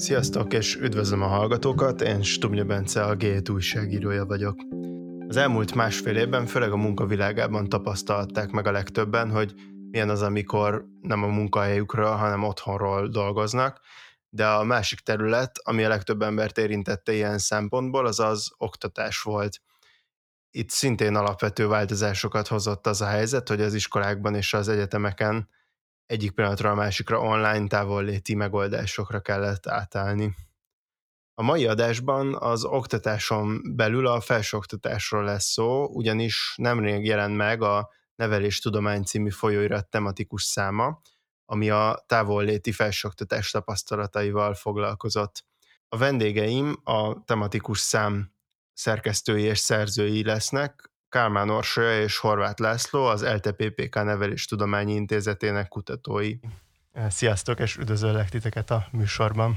Sziasztok, és üdvözlöm a hallgatókat, én Stubnya Bence, a G7 újságírója vagyok. Az elmúlt másfél évben főleg a munkavilágában tapasztalták meg a legtöbben, hogy milyen az, amikor nem a munkahelyükről, hanem otthonról dolgoznak, de a másik terület, ami a legtöbb embert érintette ilyen szempontból, az oktatás volt. Itt szintén alapvető változásokat hozott az a helyzet, hogy az iskolákban és az egyetemeken egyik pillanatra a másikra online távolléti megoldásokra kellett átállni. A mai adásban az oktatáson belül a felsőoktatásról lesz szó, ugyanis nemrég jelent meg a Neveléstudomány című folyóirat tematikus száma, ami a távolléti felsőoktatás tapasztalataival foglalkozott. A vendégeim a tematikus szám szerkesztői és szerzői lesznek, Kálmán Orsolya és Horváth László, az ELTE PPK Neveléstudományi Intézetének kutatói. Sziasztok, és üdvözöllek titeket a műsorban.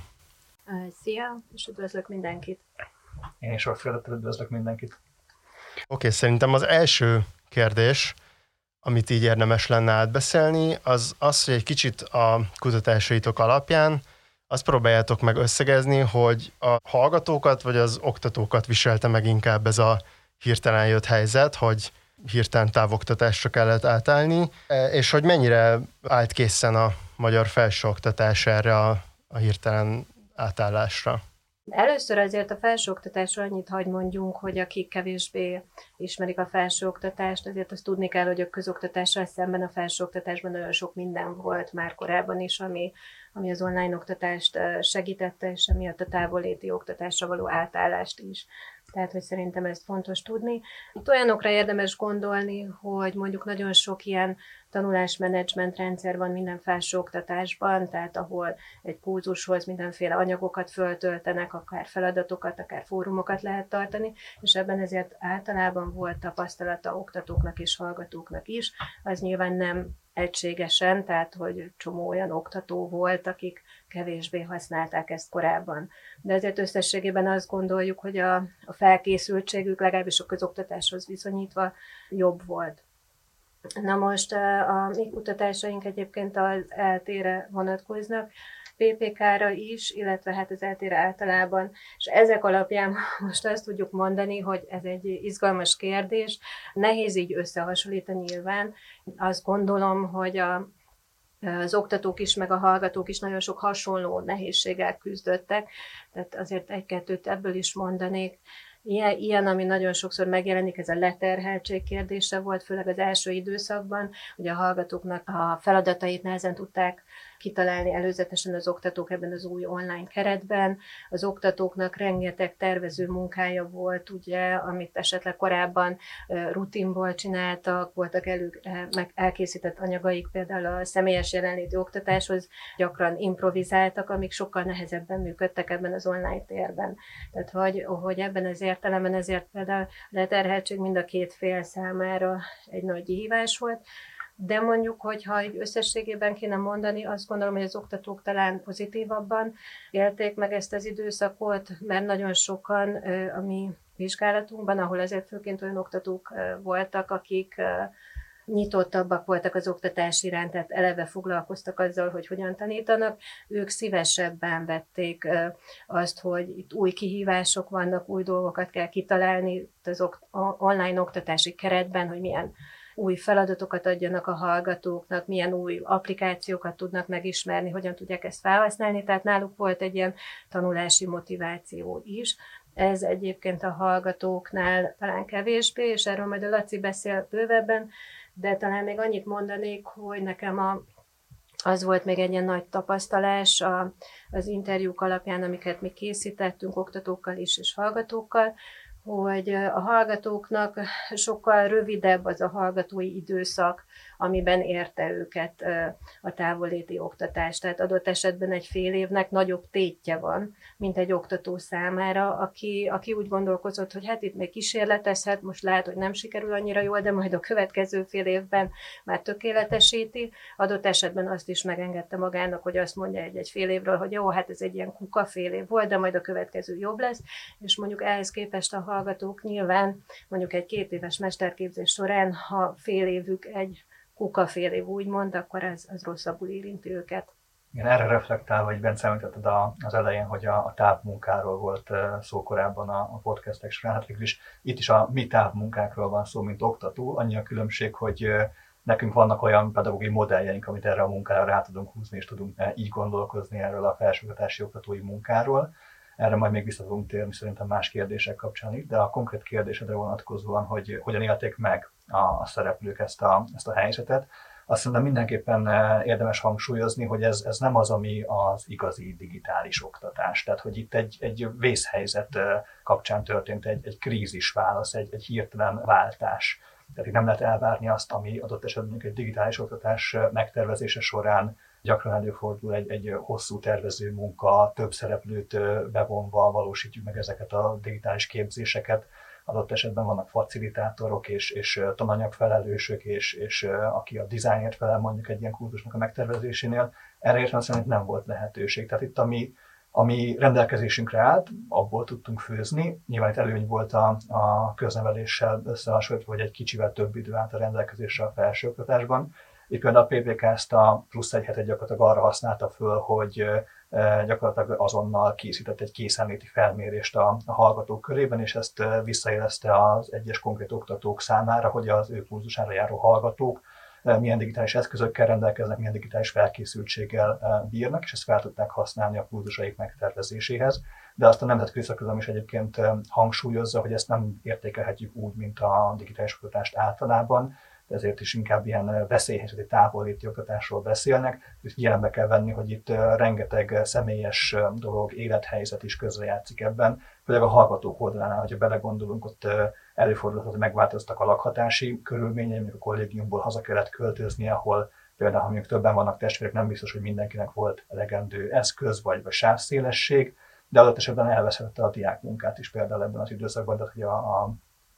Szia, és üdvözlök mindenkit. Én is Orföldettel üdvözlök mindenkit. Oké, szerintem az első kérdés, amit így érdemes lenne átbeszélni, az, hogy egy kicsit a kutatásaitok alapján azt próbáljátok meg összegezni, hogy a hallgatókat vagy az oktatókat viselte meg inkább ez a hirtelen jött helyzet, hogy hirtelen távoktatásra kellett átállni, és hogy mennyire állt készen a magyar felsőoktatás erre a hirtelen átállásra. Először azért a felsőoktatásról annyit hagy mondjunk, hogy akik kevésbé ismerik a felsőoktatást, azért azt tudni kell, hogy a közoktatással szemben a felsőoktatásban nagyon sok minden volt már korábban is, ami az online oktatást segítette, és emiatt a távolléti oktatásra való átállást is. Tehát, hogy szerintem ezt fontos tudni. Itt olyanokra érdemes gondolni, hogy mondjuk nagyon sok ilyen tanulásmenedzsment rendszer van minden felsőoktatásban, tehát ahol egy kurzushoz mindenféle anyagokat föltöltenek, akár feladatokat, akár fórumokat lehet tartani, és ebben ezért általában volt tapasztalata oktatóknak és hallgatóknak is. Az nyilván nem egységesen, tehát hogy csomó olyan oktató volt, akik kevésbé használták ezt korábban. De azért összességében azt gondoljuk, hogy a felkészültségük legalábbis a közoktatáshoz viszonyítva jobb volt. Na most a mi kutatásaink egyébként az ELTE-re vonatkoznak, PPK-ra is, illetve hát az ELTE-re általában, és ezek alapján most azt tudjuk mondani, hogy ez egy izgalmas kérdés, nehéz így összehasonlítani nyilván. Azt gondolom, hogy az oktatók is, meg a hallgatók is nagyon sok hasonló nehézséggel küzdöttek, tehát azért egy-kettőt ebből is mondanék. Ilyen, ami nagyon sokszor megjelenik, ez a leterheltség kérdése volt, főleg az első időszakban, hogy a hallgatóknak a feladatait nehezen tudták kitalálni előzetesen az oktatók ebben az új online keretben. Az oktatóknak rengeteg tervező munkája volt, ugye, amit esetleg korábban rutinból csináltak, voltak meg elkészített anyagaik, például a személyes jelenléti oktatáshoz gyakran improvizáltak, amik sokkal nehezebben működtek ebben az online térben. Tehát, hogy ebben az értelemben ezért például a leterheltség mind a két fél számára egy nagy kihívás volt. De mondjuk, hogyha összességében kéne mondani, azt gondolom, hogy az oktatók talán pozitívabban élték meg ezt az időszakot, mert nagyon sokan a mi vizsgálatunkban, ahol azért főként olyan oktatók voltak, akik nyitottabbak voltak az oktatás iránt, tehát eleve foglalkoztak azzal, hogy hogyan tanítanak, ők szívesebben vették azt, hogy itt új kihívások vannak, új dolgokat kell kitalálni az online oktatási keretben, hogy milyen új feladatokat adjanak a hallgatóknak, milyen új applikációkat tudnak megismerni, hogyan tudják ezt felhasználni, tehát náluk volt egy ilyen tanulási motiváció is. Ez egyébként a hallgatóknál talán kevésbé, és erről majd a Laci beszél bővebben, de talán még annyit mondanék, hogy nekem az volt még egy ilyen nagy tapasztalás az interjúk alapján, amiket mi készítettünk oktatókkal is és hallgatókkal, hogy a hallgatóknak sokkal rövidebb az a hallgatói időszak, amiben érte őket a távolléti oktatás. Tehát adott esetben egy fél évnek nagyobb tétje van, mint egy oktató számára, aki úgy gondolkozott, hogy hát itt még kísérletezhet, most lehet, hogy nem sikerül annyira jól, de majd a következő fél évben már tökéletesíti. Adott esetben azt is megengedte magának, hogy azt mondja egy fél évről, hogy jó, hát ez egy ilyen kuka fél év volt, de majd a következő jobb lesz, és mondjuk ehhez képest a hallgatók nyilván mondjuk egy 2 éves mesterképzés során, ha fél évük egy kukafél év úgymond, akkor az rosszabbul érinti őket. Igen, erre reflektálva, hogy Bence említetted az elején, hogy a távmunkáról volt szó korábban a podcastek során, hát végül is itt is a mi távmunkákról van szó, mint oktató. Annyi a különbség, hogy nekünk vannak olyan pedagógiai modelljeink, amit erre a munkára rá tudunk húzni, és tudunk így gondolkozni erről a felsőoktatási oktatói munkáról. Erre majd még vissza tudunk térni szerintem más kérdések kapcsán is, de a konkrét kérdésedre vonatkozóan, hogy hogyan élték meg a szereplők ezt a helyzetet, azt szerintem mindenképpen érdemes hangsúlyozni, hogy ez nem az, ami az igazi digitális oktatás. Tehát, hogy itt egy vészhelyzet kapcsán történt egy krízisválasz, egy hirtelen váltás. Tehát itt nem lehet elvárni azt, ami adott esetben egy digitális oktatás megtervezése során gyakran előfordul egy hosszú tervező munka, több szereplőt bevonva valósítjuk meg ezeket a digitális képzéseket. Adott esetben vannak facilitátorok és tananyagfelelősök, és aki a dizájnért felel mondjuk egy ilyen kurzusnak a megtervezésénél, erre értelemszerűen nem volt lehetőség. Tehát itt ami rendelkezésünkre állt, abból tudtunk főzni. Nyilván itt előny volt a közneveléssel összehasonlítva, hogy egy kicsivel több idő állt a rendelkezésre a felsőoktatásban. Itt például a PPK ezt a plusz egy hetet gyakorlatilag arra használta föl, hogy gyakorlatilag azonnal készített egy készenléti felmérést a hallgatók körében, és ezt visszajelezte az egyes konkrét oktatók számára, hogy az ő kurzusára járó hallgatók milyen digitális eszközökkel rendelkeznek, milyen digitális felkészültséggel bírnak, és ezt fel tudták használni a kurzusaik megtervezéséhez. De azt a nemzetközi szakirodalom is egyébként hangsúlyozza, hogy ezt nem értékelhetjük úgy, mint a digitális oktatást általában, ezért is inkább ilyen veszélyhelyzeti távolléti oktatásról beszélnek, és figyelembe kell venni, hogy itt rengeteg személyes dolog, élethelyzet is közrejátszik ebben, főleg a hallgatók oldalánál, hogyha belegondolunk, ott előfordulhat, hogy megváltoztak a lakhatási körülményei, amikor a kollégiumból haza kellett költözni, ahol például, ha mondjuk többen vannak testvérek, nem biztos, hogy mindenkinek volt elegendő eszköz vagy sávszélesség, de adott esetben elveszhette a diákmunkát is például ebben az időszakban, tehát hogy a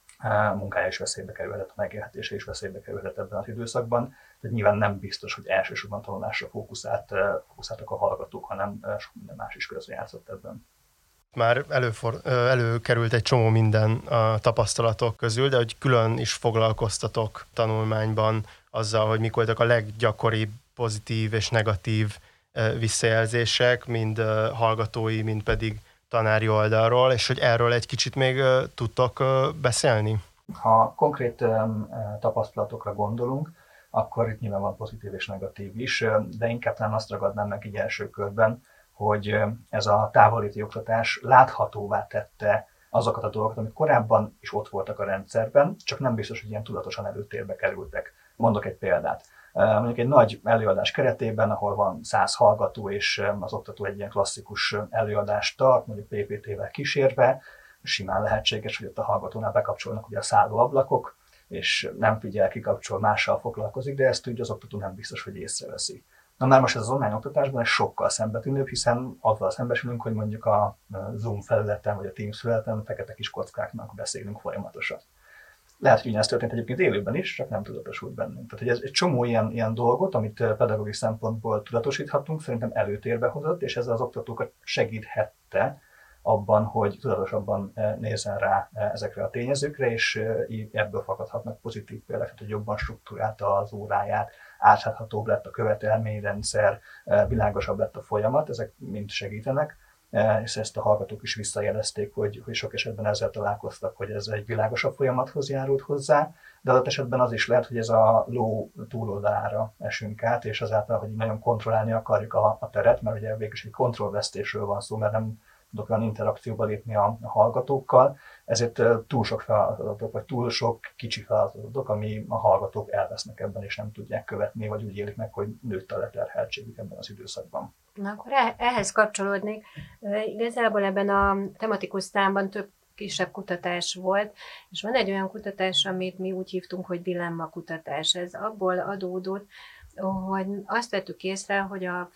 munkája is veszélybe kerülhet, a megélhetése is veszélybe kerülhet ebben az időszakban. Tehát nyilván nem biztos, hogy elsősorban tanulásra fókuszáltak a hallgatók, hanem sok minden más is közrejátszott ebben. Már előkerült egy csomó minden a tapasztalatok közül, de hogy külön is foglalkoztatok tanulmányban azzal, hogy mik voltak a leggyakoribb pozitív és negatív visszajelzések, mind hallgatói, mind pedig tanári oldalról, és hogy erről egy kicsit még tudtok beszélni? Ha konkrét tapasztalatokra gondolunk, akkor itt nyilván van pozitív és negatív is, de inkább talán azt ragadnám meg így első körben, hogy ez a távolléti oktatás láthatóvá tette azokat a dolgokat, amik korábban is ott voltak a rendszerben, csak nem biztos, hogy ilyen tudatosan előtérbe kerültek. Mondok egy példát. Mondjuk egy nagy előadás keretében, ahol van 100 hallgató, és az oktató egy ilyen klasszikus előadást tart, mondjuk PPT-vel kísérve, simán lehetséges, hogy ott a hallgatónál bekapcsolnak ugye a szállóablakok, és nem figyel, kikapcsol, mással foglalkozik, de ezt ugye az oktató nem biztos, hogy észreveszi. Na már most ez az online oktatásban ez sokkal szembetűnőbb, hiszen azzal szembesülünk, hogy mondjuk a Zoom felületen vagy a Teams felületen fekete kis kockáknak beszélünk folyamatosan. Lehet, hogy ez történt egyébként élőben is, csak nem tudatosult bennünk. Tehát, hogy ez egy csomó ilyen dolgot, amit pedagógiai szempontból tudatosíthatunk, szerintem előtérbe hozott, és ez az oktatókat segíthette abban, hogy tudatosabban nézzen rá ezekre a tényezőkre, és ebből fakadhatnak pozitív példák, hogy jobban struktúrálta az óráját, átláthatóbb lett a követelményrendszer, világosabb lett a folyamat, ezek mind segítenek. És ezt a hallgatók is visszajelezték, hogy sok esetben ezzel találkoztak, hogy ez egy világosabb folyamathoz járult hozzá, de adott esetben az is lehet, hogy ez a ló túloldalára esünk át, és azáltal, hogy nagyon kontrollálni akarjuk a teret, mert ugye végül is egy kontrollvesztésről van szó, mert nem tudok olyan interakcióba lépni a hallgatókkal, ezért túl sok feladatok, vagy túl sok kicsi feladatok, ami a hallgatók elvesznek ebben, és nem tudják követni, vagy úgy élik meg, hogy nőtt a leterheltségük ebben az időszakban. Na akkor ehhez kapcsolódnék. Igazából ebben a tematikus számban több kisebb kutatás volt, és van egy olyan kutatás, amit mi úgy hívtunk, hogy dilemmakutatás. Ez abból adódott, hogy azt vettük észre, hogy a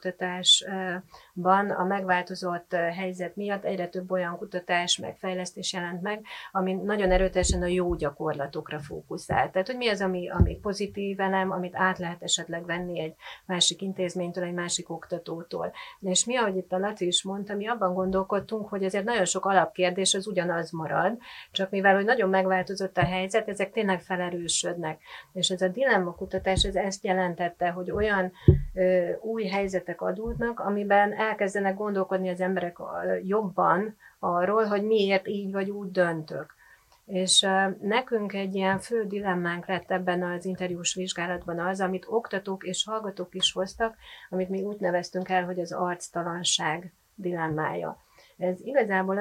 felsőoktatásban a megváltozott helyzet miatt egyre több olyan kutatás, meg fejlesztés jelent meg, ami nagyon erőteljesen a jó gyakorlatokra fókuszál. Tehát, hogy mi az, ami pozitív elem, amit át lehet esetleg venni egy másik intézménytől, egy másik oktatótól. És mi, ahogy itt a Laci is mondta, mi abban gondolkodtunk, hogy azért nagyon sok alapkérdés az ugyanaz marad, csak mivel, hogy nagyon megváltozott a helyzet, ezek tényleg felerősödnek. És ez a dilemmakutatás, ez ezt jelent jelentette, hogy olyan új helyzetek adódnak, amiben elkezdenek gondolkodni az emberek jobban arról, hogy miért így vagy úgy döntök. És nekünk egy ilyen fő dilemmánk lett ebben az interjús vizsgálatban az, amit oktatók és hallgatók is hoztak, amit mi úgy neveztünk el, hogy az arctalanság dilemmája. Ez igazából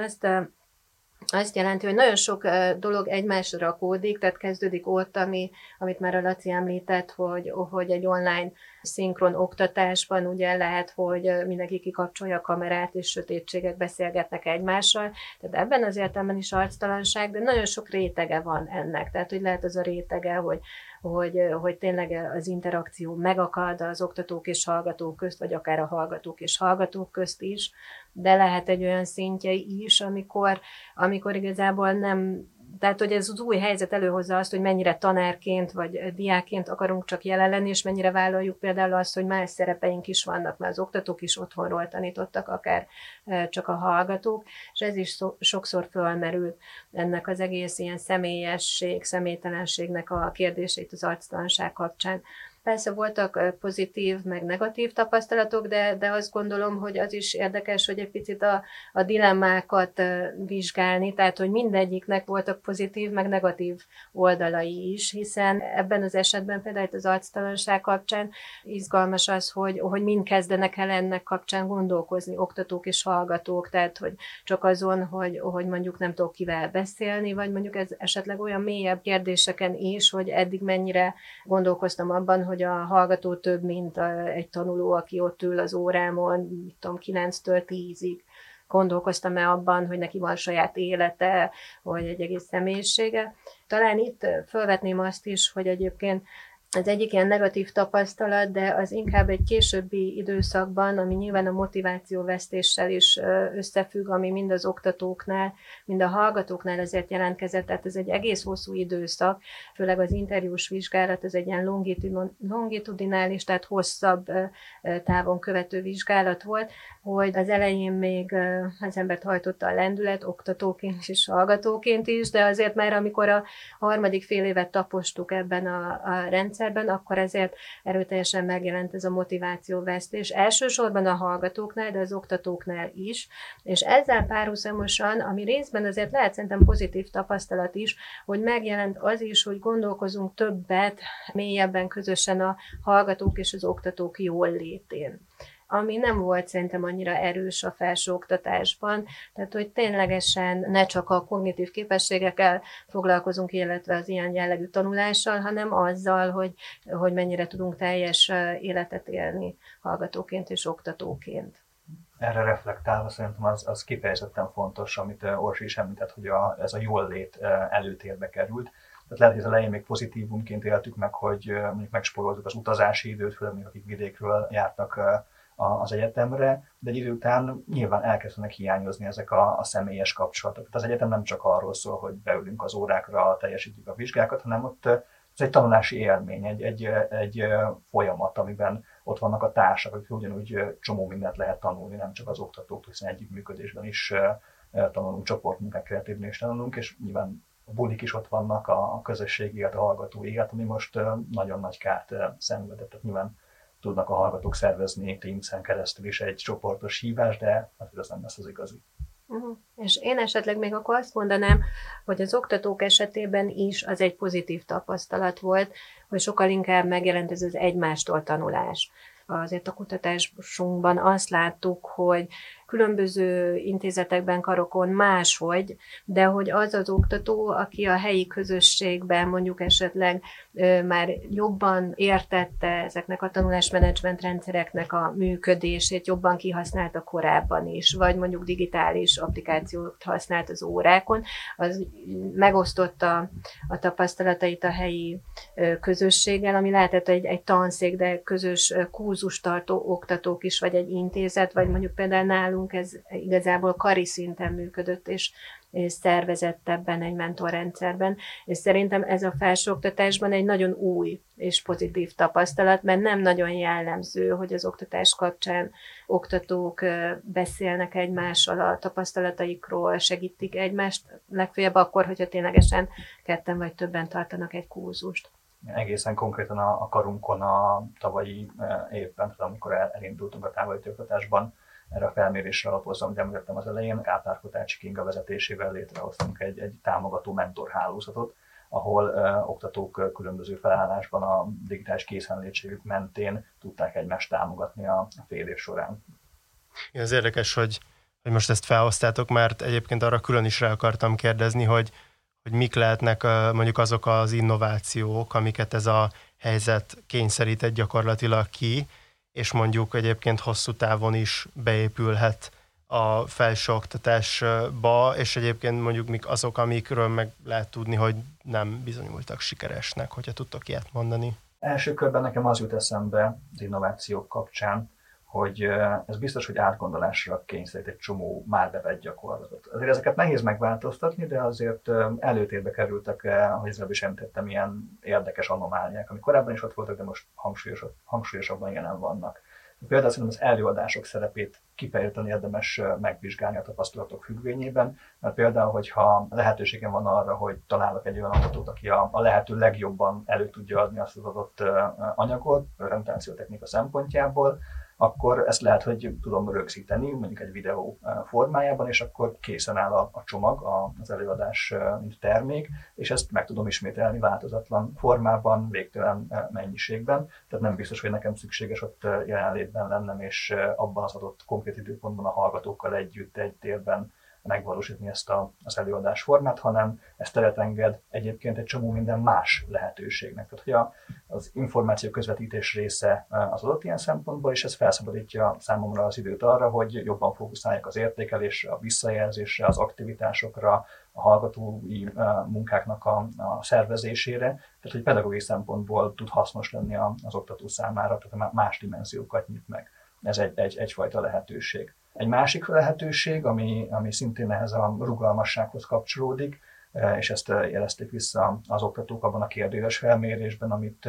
azt jelenti, hogy nagyon sok dolog egymásra rakódik, tehát kezdődik ott, amit már a Laci említett, hogy egy online szinkron oktatásban ugye lehet, hogy mindenki kikapcsolja a kamerát, és sötétségek beszélgetnek egymással. Tehát ebben az értelemben is arctalanság, de nagyon sok rétege van ennek. Tehát, hogy lehet az a rétege, hogy tényleg az interakció megakad az oktatók és hallgatók közt, vagy akár a hallgatók és hallgatók közt is, de lehet egy olyan szintje is, amikor igazából nem, tehát hogy ez az új helyzet előhozza azt, hogy mennyire tanárként vagy diákként akarunk csak jelen lenni, és mennyire vállaljuk például azt, hogy más szerepeink is vannak, mert az oktatók is otthonról tanítottak, akár csak a hallgatók, és ez is sokszor fölmerült ennek az egész ilyen személyesség, személytelenségnek a kérdését az arctalanság kapcsán. Persze voltak pozitív, meg negatív tapasztalatok, de azt gondolom, hogy az is érdekes, hogy egy picit a dilemmákat vizsgálni, tehát hogy mindegyiknek voltak pozitív, meg negatív oldalai is, hiszen ebben az esetben például az arctalanság kapcsán izgalmas az, hogy mind kezdenek el ennek kapcsán gondolkozni oktatók és hallgatók, tehát hogy csak azon, hogy mondjuk nem tudok kivel beszélni, vagy mondjuk ez esetleg olyan mélyebb kérdéseken is, hogy eddig mennyire gondolkoztam abban, hogy a hallgató több, mint egy tanuló, aki ott ül az órámon, mit tudom, 9-től 10-ig. Gondolkoztam-e abban, hogy neki van saját élete, vagy egy egész személyisége. Talán itt felvetném azt is, hogy egyébként az egyik ilyen negatív tapasztalat, de az inkább egy későbbi időszakban, ami nyilván a motivációvesztéssel is összefügg, ami mind az oktatóknál, mind a hallgatóknál azért jelentkezett, tehát ez egy egész hosszú időszak, főleg az interjús vizsgálat, ez egy ilyen longitudinális, tehát hosszabb távon követő vizsgálat volt, hogy az elején még az embert hajtotta a lendület, oktatóként és hallgatóként is, de azért már amikor a harmadik fél évet tapostuk ebben a rendszerben, akkor ezért erőteljesen megjelent ez a motivációvesztés. Elsősorban a hallgatóknál, de az oktatóknál is, és ezzel párhuzamosan, ami részben azért lehet szerintem pozitív tapasztalat is, hogy megjelent az is, hogy gondolkozunk többet, mélyebben közösen a hallgatók és az oktatók jól létén, ami nem volt szerintem annyira erős a felsőoktatásban, tehát hogy ténylegesen ne csak a kognitív képességekkel foglalkozunk, illetve az ilyen jellegű tanulással, hanem azzal, hogy mennyire tudunk teljes életet élni hallgatóként és oktatóként. Erre reflektálva szerintem az kifejezetten fontos, amit Orsi is említett, hogy ez a jól lét előtérbe került. Tehát lehet, hogy az elején még pozitívumként éltük meg, hogy mondjuk megspóroltuk az utazási időt, főleg akik vidékről jártak az egyetemre, de egy idő után nyilván elkezdenek hiányozni ezek a személyes kapcsolatok. Tehát az egyetem nem csak arról szól, hogy beülünk az órákra, teljesítjük a vizsgákat, hanem ott ez egy tanulási élmény, egy folyamat, amiben ott vannak a társak, akik ugyanúgy csomó mindent lehet tanulni, nem csak az oktatók, hiszen együttműködésben is tanulunk, csoportmunkák keretében is tanulunk, és nyilván a bulik is ott vannak, a közösségi élet, a hallgatói élet, ami most nagyon nagy kárt szenvedett. Tehát nyilván tudnak a hallgatók szervezni Teams-en keresztül is egy csoportos hívást, de azért az nem lesz az igazi. És én esetleg még akkor azt mondanám, hogy az oktatók esetében is az egy pozitív tapasztalat volt, hogy sokkal inkább megjelent ez az egymástól tanulás. Azért a kutatásunkban azt láttuk, hogy különböző intézetekben, karokon máshogy, de hogy az az oktató, aki a helyi közösségben mondjuk esetleg már jobban értette ezeknek a tanulásmenedzsment rendszereknek a működését, jobban kihasználta korábban is, vagy mondjuk digitális applikációt használt az órákon, az megosztotta a tapasztalatait a helyi közösséggel, ami lehetett egy tanszék, de közös kurzustartó oktatók is, vagy egy intézet, vagy mondjuk például nálunk ez igazából kari szinten működött, és szervezettebben egy mentorrendszerben, és szerintem ez a felsőoktatásban egy nagyon új és pozitív tapasztalat, mert nem nagyon jellemző, hogy az oktatás kapcsán oktatók beszélnek egymással a tapasztalataikról, segítik egymást, legfeljebb akkor, hogyha ténylegesen ketten vagy többen tartanak egy kurzust. egészen konkrétan a karunkon a tavalyi évben, amikor elindultunk a távolléti oktatásban, erre a felmérésre alapozva, amit említettem az elején, Kátár Kotácsi Kinga vezetésével létrehoztunk egy támogató mentorhálózatot, ahol oktatók különböző felállásban a digitális készenlétségük mentén tudták egymást támogatni a fél év során. Igen, az érdekes, hogy most ezt felhoztátok, mert egyébként arra külön is rá akartam kérdezni, hogy mik lehetnek mondjuk azok az innovációk, amiket ez a helyzet kényszerített gyakorlatilag ki, és mondjuk egyébként hosszú távon is beépülhet a felsőoktatásba, és egyébként mondjuk mik azok, amikről meg lehet tudni, hogy nem bizonyultak sikeresnek, hogyha tudtok ilyet mondani. Első körben nekem az jut eszembe az innovációk kapcsán, hogy ez biztos, hogy átgondolásra kényszerít egy csomó már bevett gyakorlatot. Azért ezeket nehéz megváltoztatni, de azért előtérbe kerültek, ahogy ezzel is említettem, ilyen érdekes anomáliák, amik korábban is ott voltak, de most hangsúlyosabban jelen vannak. Például szerintem az előadások szerepét kifejezetten érdemes megvizsgálni a tapasztalatok függvényében, mert például, hogyha lehetőségem van arra, hogy találok egy olyan oktatót, aki a lehető legjobban elő tudja adni azt az adott anyagot, prezentációtechnika szempontjából, akkor ezt lehet, hogy tudom rögzíteni, mondjuk egy videó formájában, és akkor készen áll a csomag, az előadás, mint termék, és ezt meg tudom ismételni változatlan formában, végtelen mennyiségben. Tehát nem biztos, hogy nekem szükséges ott jelenlétben lennem, és abban az adott konkrét időpontban a hallgatókkal együtt egy térben megvalósítani ezt az előadás formát, hanem ez teret enged egyébként egy csomó minden más lehetőségnek. Tehát, hogy az információ közvetítés része az adott ilyen szempontból, és ez felszabadítja számomra az időt arra, hogy jobban fókuszáljak az értékelésre, a visszajelzésre, az aktivitásokra, a hallgatói munkáknak a szervezésére, tehát hogy pedagógiai szempontból tud hasznos lenni az oktató számára, tehát más dimenziókat nyit meg. Ez egyfajta lehetőség. Egy másik lehetőség, ami szintén ehhez a rugalmassághoz kapcsolódik, és ezt jelezték vissza az oktatók abban a kérdéses felmérésben, amit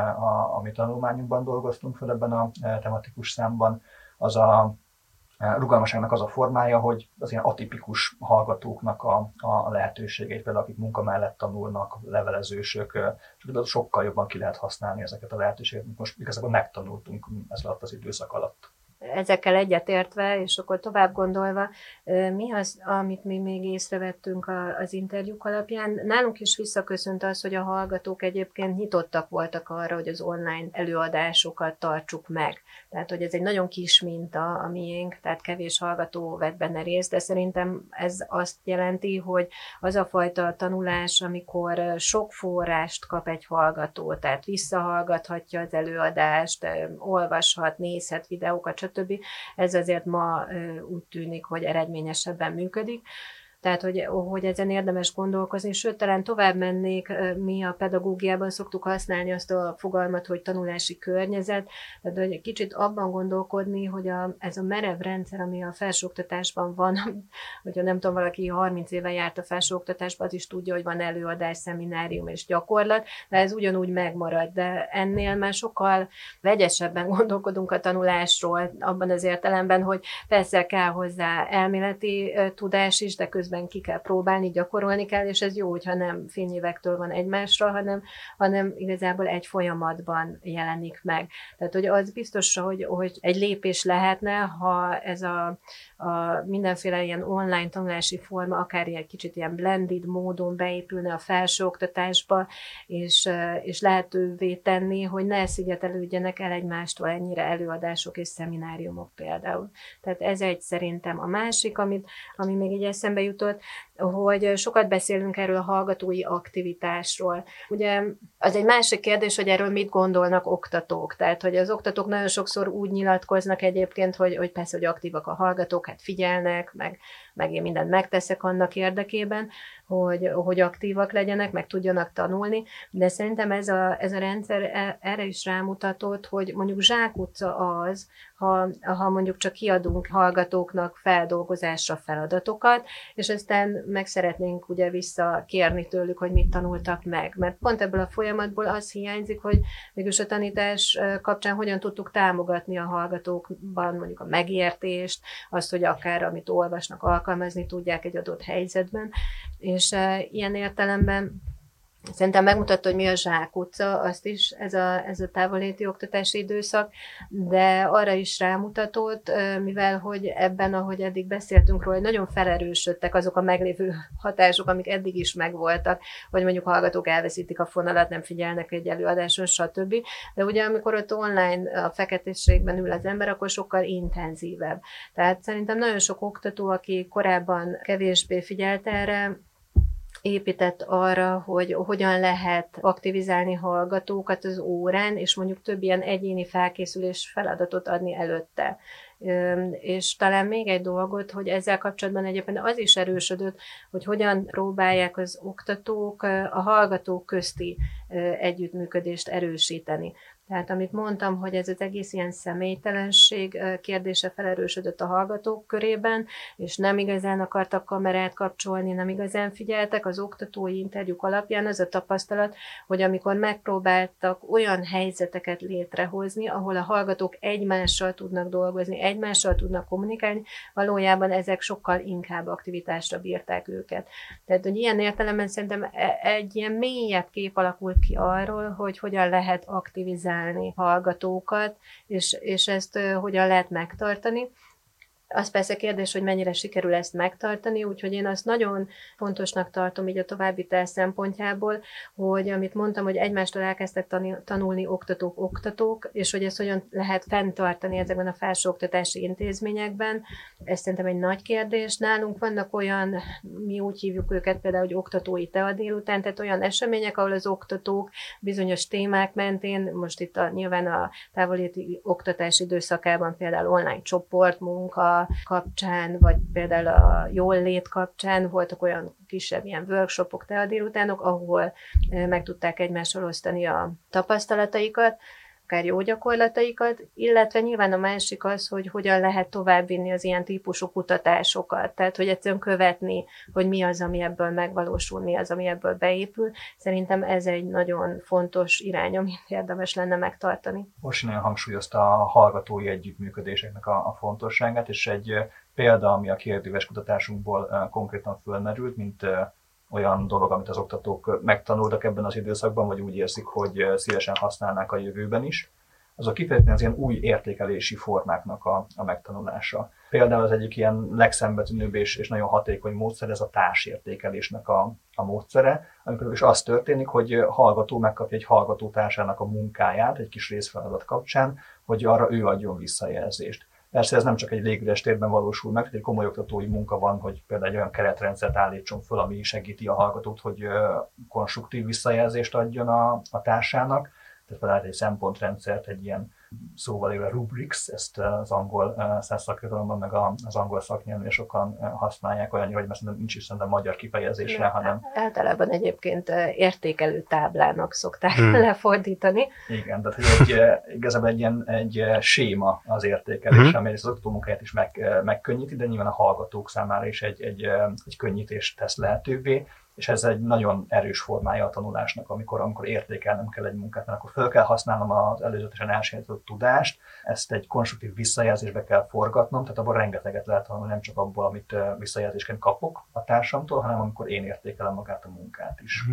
a tanulmányunkban dolgoztunk fel ebben a tematikus számban, az a rugalmasságnak az a formája, hogy az ilyen atipikus hallgatóknak a lehetőségeit, például akik munka mellett tanulnak, levelezősök, és sokkal jobban ki lehet használni ezeket a lehetőségeket, most igazából megtanultunk ez alatt az időszak alatt. Ezekkel egyetértve, és akkor tovább gondolva, mi az, amit mi még észrevettünk az interjúk alapján? Nálunk is visszaköszönt az, hogy a hallgatók egyébként nyitottak voltak arra, hogy az online előadásokat tartsuk meg. Tehát, hogy ez egy nagyon kis minta a miénk, tehát kevés hallgató vett benne részt, de szerintem ez azt jelenti, hogy az a fajta tanulás, amikor sok forrást kap egy hallgató, tehát visszahallgathatja az előadást, olvashat, nézhet videókat, stb. Ez azért ma úgy tűnik, hogy eredményesebben működik. Tehát, hogy ezen érdemes gondolkozni, sőt, talán tovább mennék, mi a pedagógiában szoktuk használni azt a fogalmat, hogy tanulási környezet, tehát hogy egy kicsit abban gondolkodni, hogy ez a merev rendszer, ami a felsőoktatásban van, hogyha nem tudom, valaki 30 éve járt a felsőoktatásban, az is tudja, hogy van előadás, szeminárium és gyakorlat, de ez ugyanúgy megmarad, de ennél már sokkal vegyesebben gondolkodunk a tanulásról, abban az értelemben, hogy persze kell hozzá elméleti tudás is, de közben ki kell próbálni, gyakorolni kell, és ez jó, hogyha nem fényévektől van egymásra, hanem igazából egy folyamatban jelenik meg. Tehát, hogy az biztos, hogy egy lépés lehetne, ha ez a mindenféle ilyen online tanulási forma, akár egy kicsit ilyen blended módon beépülne a felsőoktatásba, és lehetővé tenni, hogy ne szigetelődjenek el egymástól ennyire előadások és szemináriumok például. Tehát ez egy szerintem. A másik, ami még így eszembe jutott, hogy sokat beszélünk erről a hallgatói aktivitásról. Ugye az egy másik kérdés, hogy erről mit gondolnak oktatók. Tehát, hogy az oktatók nagyon sokszor úgy nyilatkoznak egyébként, hogy persze, hogy aktívak a hallgatók, hát figyelnek, meg én mindent megteszek annak érdekében, hogy aktívak legyenek, meg tudjanak tanulni, de szerintem ez a rendszer erre is rámutatott, hogy mondjuk zsákutca az, ha mondjuk csak kiadunk hallgatóknak feldolgozásra feladatokat, és aztán meg szeretnénk ugye visszakérni tőlük, hogy mit tanultak meg. Mert pont ebből a folyamatból az hiányzik, hogy mégis a tanítás kapcsán hogyan tudtuk támogatni a hallgatókban mondjuk a megértést, azt, hogy akár amit olvasnak, alkalmazni tudják egy adott helyzetben, és ilyen értelemben Szerintem megmutatta, hogy mi a zsákutca, azt is ez a távolléti oktatási időszak, de arra is rámutatott, mivel hogy ebben, ahogy eddig beszéltünk róla, nagyon felerősödtek azok a meglévő hatások, amik eddig is megvoltak, hogy mondjuk hallgatók elveszítik a fonalat, nem figyelnek egy előadáson, stb. De ugye amikor ott online a feketességben ül az ember, akkor sokkal intenzívebb. Tehát szerintem nagyon sok oktató, aki korábban kevésbé figyelt erre, épített arra, hogy hogyan lehet aktivizálni hallgatókat az órán, és mondjuk több ilyen egyéni felkészülés feladatot adni előtte. És talán még egy dolgot, hogy ezzel kapcsolatban egyébként az is erősödött, hogy hogyan próbálják az oktatók a hallgatók közti együttműködést erősíteni. Tehát amit mondtam, hogy ez az egész ilyen személytelenség kérdése felerősödött a hallgatók körében, és nem igazán akartak kamerát kapcsolni, nem igazán figyeltek, az oktatói interjúk alapján az a tapasztalat, hogy amikor megpróbáltak olyan helyzeteket létrehozni, ahol a hallgatók egymással tudnak dolgozni, egymással tudnak kommunikálni, valójában ezek sokkal inkább aktivitásra bírták őket. Tehát, hogy ilyen értelemben szerintem egy ilyen mélyebb kép alakult ki arról, hogy hogyan lehet aktivizálni hallgatókat, és ezt hogyan lehet megtartani. Az persze kérdés, hogy mennyire sikerül ezt megtartani, úgyhogy én azt nagyon fontosnak tartom így a továbbvitás szempontjából, hogy amit mondtam, hogy egymástól elkezdtek tanulni oktatók, és hogy ezt hogyan lehet fenntartani ezekben a felsőoktatási intézményekben. Ez szerintem egy nagy kérdés. Nálunk vannak olyan, mi úgy hívjuk őket például, hogy oktatói tea délután, tehát olyan események, ahol az oktatók bizonyos témák mentén, most itt nyilván a távolléti oktatás időszakában például online csoportmunka kapcsán, vagy például a jól lét kapcsán voltak olyan kisebb ilyen workshopok, tea délutánok, ahol meg tudták egymással osztani a tapasztalataikat, akár jó gyakorlataikat, illetve nyilván a másik az, hogy hogyan lehet továbbvinni az ilyen típusú kutatásokat, tehát hogy egyszerűen követni, hogy mi az, ami ebből megvalósul, mi az, ami ebből beépül. Szerintem ez egy nagyon fontos irány, amit érdemes lenne megtartani. Most nagyon hangsúlyozta a hallgatói együttműködéseknek a fontosságát, és egy példa, ami a kérdőves kutatásunkból konkrétan fölmerült, mint olyan dolog, amit az oktatók megtanultak ebben az időszakban, vagy úgy érzik, hogy szívesen használnák a jövőben is, azok kifejezetten az ilyen új értékelési formáknak a megtanulása. Például az egyik ilyen legszembetűnőbb és nagyon hatékony módszer, ez a társértékelésnek a módszere, amikor is az történik, hogy hallgató megkapja egy hallgatótársának a munkáját egy kis részfeladat kapcsán, hogy arra ő adjon visszajelzést. Persze ez nem csak egy légüres térben valósul meg, hogy egy komoly oktatói munka van, hogy például egy olyan keretrendszert állítson föl, ami segíti a hallgatót, hogy konstruktív visszajelzést adjon a társának. Tehát például egy szempontrendszert, egy ilyen szóval élve rubrics, ezt az angol szakirodalomban, meg az angol szaknyelvén sokan használják, olyannyira, hogy mert nincs is szerintem magyar kifejezésre, hanem... Általában egyébként értékelő táblának szokták lefordítani. Igen, tehát igazából egy séma az értékelés, amely az oktató munkáját is megkönnyíti, de nyilván a hallgatók számára is egy könnyítést tesz lehetővé, és ez egy nagyon erős formája a tanulásnak, amikor értékelnem kell egy munkát, mert akkor fel kell használnom az előzetesen elsajátított tudást, ezt egy konstruktív visszajelzésbe kell forgatnom, tehát abban rengeteget lehet tanulni, nem csak abból, amit visszajelzésként kapok a társamtól, hanem amikor én értékelem magát a munkát is.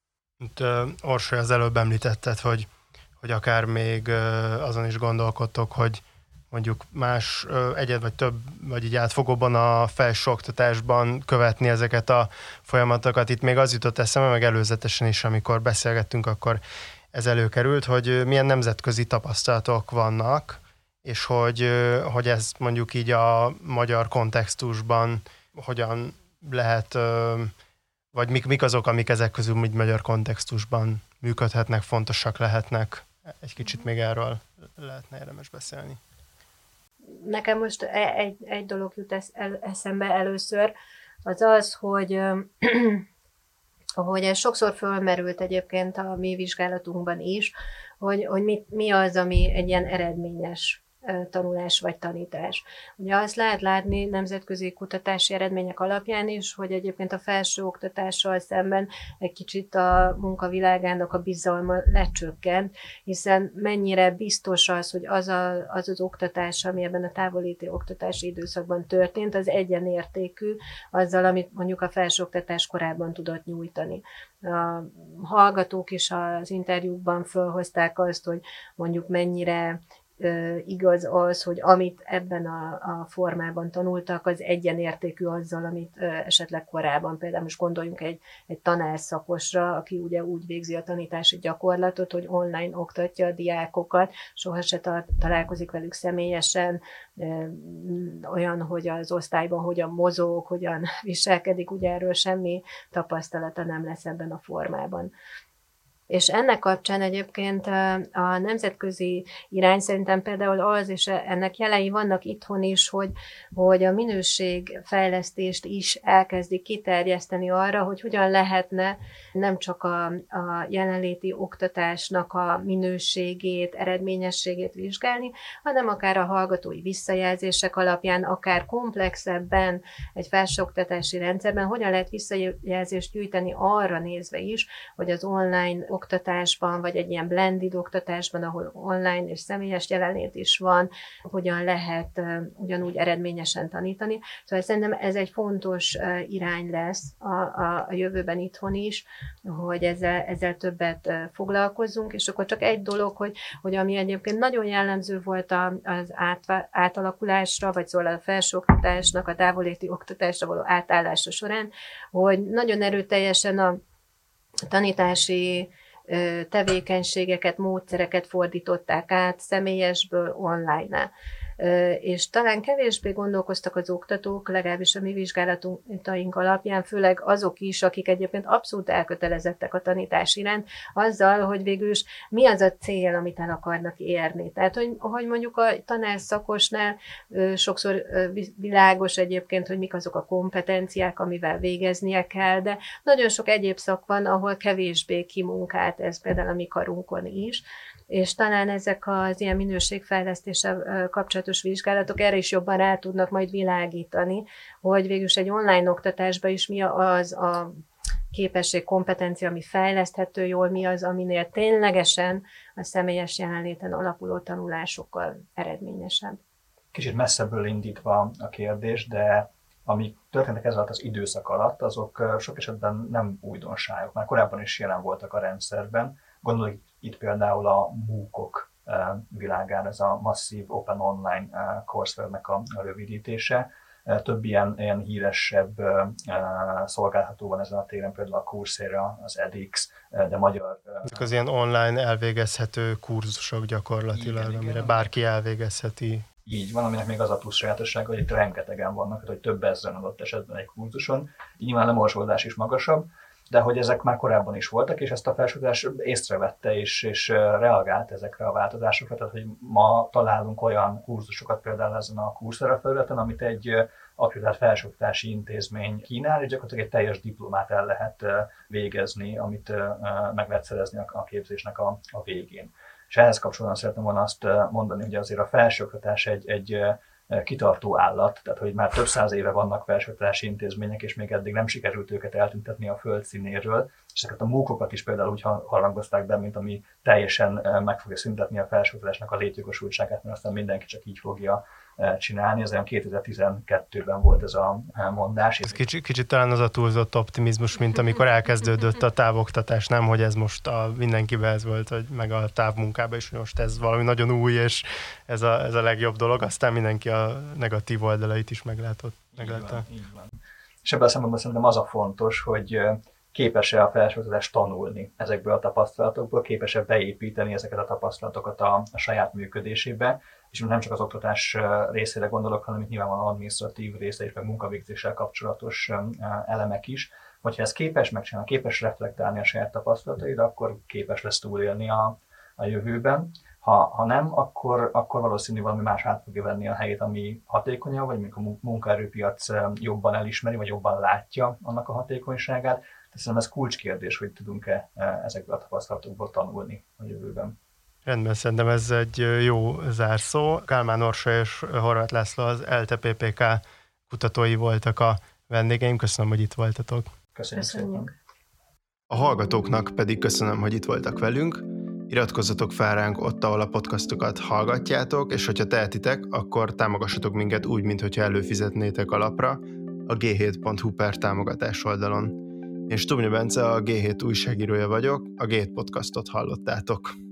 Itt Orsolya, az előbb említetted, hogy akár még azon is gondolkodtok, hogy mondjuk más egyed vagy több, vagy így átfogóban a felsőoktatásban követni ezeket a folyamatokat. Itt még az jutott eszembe, meg előzetesen is, amikor beszélgettünk, akkor ez előkerült, hogy milyen nemzetközi tapasztalatok vannak, és hogy ez mondjuk így a magyar kontextusban hogyan lehet, vagy mik azok, amik ezek közül úgy magyar kontextusban működhetnek, fontosak lehetnek. Egy kicsit még erről lehetne érdemes beszélni. Nekem most egy dolog jut eszembe először, az, hogy ez sokszor fölmerült egyébként a mi vizsgálatunkban is, hogy mi az, ami egy ilyen eredményes tanulás vagy tanítás. Ugye azt lehet látni nemzetközi kutatási eredmények alapján is, hogy egyébként a felsőoktatással szemben egy kicsit a munkavilágának a bizalma lecsökkent, hiszen mennyire biztos az, hogy az oktatás, ami ebben a távolléti oktatási időszakban történt, az egyenértékű azzal, amit mondjuk a felsőoktatás korábban tudott nyújtani. A hallgatók is az interjúkban felhozták azt, hogy mondjuk mennyire igaz az, hogy amit ebben a formában tanultak, az egyenértékű azzal, amit esetleg korábban. Például most gondoljunk egy tanárszakosra, aki ugye úgy végzi a tanítási gyakorlatot, hogy online oktatja a diákokat, soha se találkozik velük személyesen, olyan, hogy az osztályban hogyan mozog, hogyan viselkedik, ugye erről semmi tapasztalata nem lesz ebben a formában. És ennek kapcsán egyébként a nemzetközi irány szerintem például az, és ennek jelei vannak itthon is, hogy a minőségfejlesztést is elkezdik kiterjeszteni arra, hogy hogyan lehetne nem csak a jelenléti oktatásnak a minőségét, eredményességét vizsgálni, hanem akár a hallgatói visszajelzések alapján, akár komplexebben egy felsőoktatási rendszerben hogyan lehet visszajelzést gyűjteni arra nézve is, hogy az online oktatásban, vagy egy ilyen blended oktatásban, ahol online és személyes jelenlét is van, hogyan lehet ugyanúgy eredményesen tanítani. Szóval szerintem ez egy fontos irány lesz a jövőben itthon is, hogy ezzel többet foglalkozzunk, és akkor csak egy dolog, hogy ami egyébként nagyon jellemző volt az átalakulásra, vagy szóval a felsőoktatásnak, a távolléti oktatásra való átállása során, hogy nagyon erőteljesen a tanítási tevékenységeket, módszereket fordították át személyesből online-nál. És talán kevésbé gondolkoztak az oktatók, legalábbis a mi vizsgálataink alapján, főleg azok is, akik egyébként abszolút elkötelezettek a tanítás iránt, azzal, hogy végül is mi az a cél, amit el akarnak érni. Tehát, hogy mondjuk a tanárszakosnál sokszor világos egyébként, hogy mik azok a kompetenciák, amivel végeznie kell, de nagyon sok egyéb szak van, ahol kevésbé kimunkált, ez például a mi karunkon is, és talán ezek az ilyen minőségfejlesztéssel kapcsolatos vizsgálatok erre is jobban rá tudnak majd világítani, hogy végülis egy online oktatásban is mi az a képesség, kompetencia, ami fejleszthető jól, mi az, aminél ténylegesen a személyes jelenléten alapuló tanulásokkal eredményesebb. Kicsit messzebbről indítva a kérdés, de amik történtek ez alatt az időszak alatt, azok sok esetben nem újdonságok, már korábban is jelen voltak a rendszerben. Gondolok itt például a MOOC-ok világára, ez a Massive Open Online Courseware-nek a rövidítése. Több ilyen híresebb szolgáltató van ezen a téren, például a Coursera, az edX, de magyar... Ezek az ilyen online elvégezhető kurzusok gyakorlatilag, igen, amire bárki elvégezheti. Így van, aminek még az a plusz sajátossága, hogy itt rengetegen vannak, hogy több ezren adott esetben egy kurzuson. Így nyilván a morzsolódás is magasabb, de hogy ezek már korábban is voltak, és ezt a felsőoktatás észrevette és reagált ezekre a változásokra. Tehát, hogy ma találunk olyan kurzusokat például ezen a Coursera felületen, amit egy akreditált felsőoktatási intézmény kínál, és gyakorlatilag egy teljes diplomát el lehet végezni, amit meg lehet szerezni a képzésnek a végén. És ehhez kapcsolatban szeretném volna azt mondani, hogy azért a felsőoktatás egy kitartó állat, tehát hogy már több száz éve vannak felsőoktatási intézmények, és még eddig nem sikerült őket eltüntetni a föld színéről, és ezeket a MOOC-okat is például úgy harangozták be, mint ami teljesen meg fogja szüntetni a felsőoktatásnak a létjogosultságát, mert aztán mindenki csak így fogja csinálni. Ez olyan 2012-ben volt ez a mondás. Ez kicsit talán az a túlzott optimizmus, mint amikor elkezdődött a távoktatás, nem, hogy ez most mindenkiben ez volt, hogy meg a távmunkában is, hogy most ez valami nagyon új, és ez a legjobb dolog, aztán mindenki a negatív oldalait is meglátta. Így van. És ebben a szempontból szerintem az a fontos, hogy képes-e a felsőoktatás tanulni ezekből a tapasztalatokból, képes-e beépíteni ezeket a tapasztalatokat a saját működésébe, és nem csak az oktatás részére gondolok, hanem itt nyilván van adminisztratív része és meg munkavégzéssel kapcsolatos elemek is. Hogyha ez képes megcsinálni, képes reflektálni a saját tapasztalataira, akkor képes lesz túlélni a jövőben. Ha nem, akkor valószínű valami más át fogja venni a helyét, ami hatékonyabb, vagy mondjuk a munkaerőpiac jobban elismeri, vagy jobban látja annak a hatékonyságát. Tehát szerintem ez kulcskérdés, hogy tudunk-e ezekből a tapasztalatokból tanulni a jövőben. Rendben, szerintem ez egy jó zárszó. Kálmán Orsolya és Horváth László az ELTE PPK kutatói voltak a vendégeim. Köszönöm, hogy itt voltatok. Köszönjük szépen. A hallgatóknak pedig köszönöm, hogy itt voltak velünk. Iratkozzatok fel ránk ott, ahol a podcastokat hallgatjátok, és hogyha tehetitek, akkor támogassatok minket úgy, mintha előfizetnétek a lapra, a g7.hu/támogatás oldalon. Én Stubnya Bence, a G7 újságírója vagyok, a G7 podcastot hallottátok.